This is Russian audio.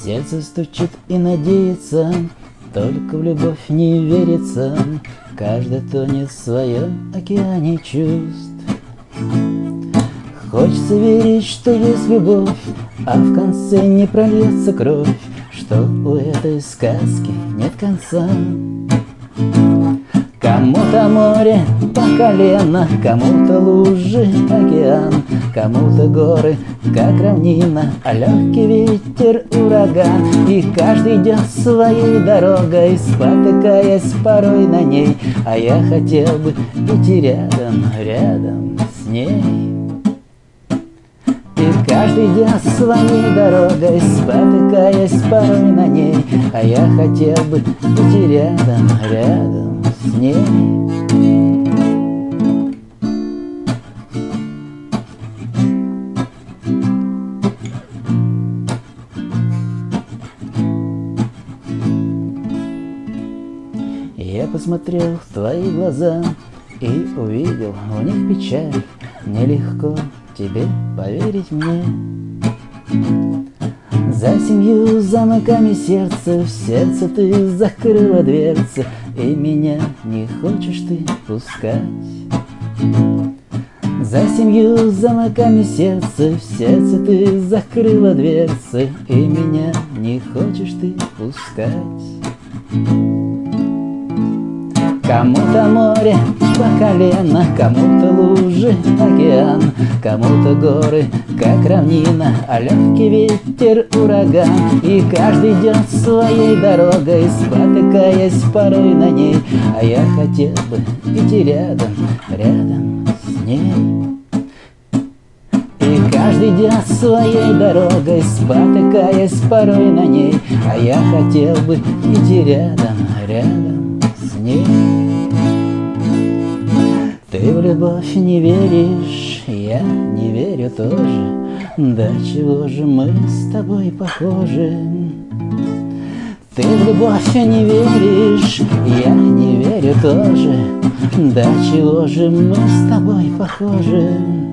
Сердце стучит и надеется, только в любовь не верится. Каждый тонет в своем океане чувств. Хочется верить, что есть любовь, а в конце не прольется кровь, что у этой сказки нет конца. Кому-то море по колено, кому-то лужи, океан, кому-то горы, как равнина, а легкий ветер, ураган. И каждый идет своей дорогой, спотыкаясь порой на ней, а я хотел бы идти рядом, рядом с ней. И каждый идет своей дорогой, спотыкаясь порой на ней, а я хотел бы идти рядом, рядом с ней. Я посмотрел в твои глаза и увидел в них печаль. Нелегко тебе поверить мне. За 7 замками сердца, в сердце ты закрыла дверцы, и меня не хочешь ты пускать. За 7 замками сердца, в сердце ты закрыла дверцы, и меня не хочешь ты пускать. Кому-то море по колено, кому-то лужи, океан, кому-то горы, как равнина, а легкий ветер, ураган. И каждый идет своей дорогой, спотыкаясь порой на ней, а я хотел бы идти рядом, рядом с ней. И каждый идет своей дорогой, спотыкаясь порой на ней, а я хотел бы идти рядом, рядом с ней. Ты в любовь не веришь, я не верю тоже. Да чего же мы с тобой похожи? Ты в любовь не веришь, я не верю тоже. Да чего же мы с тобой похожи?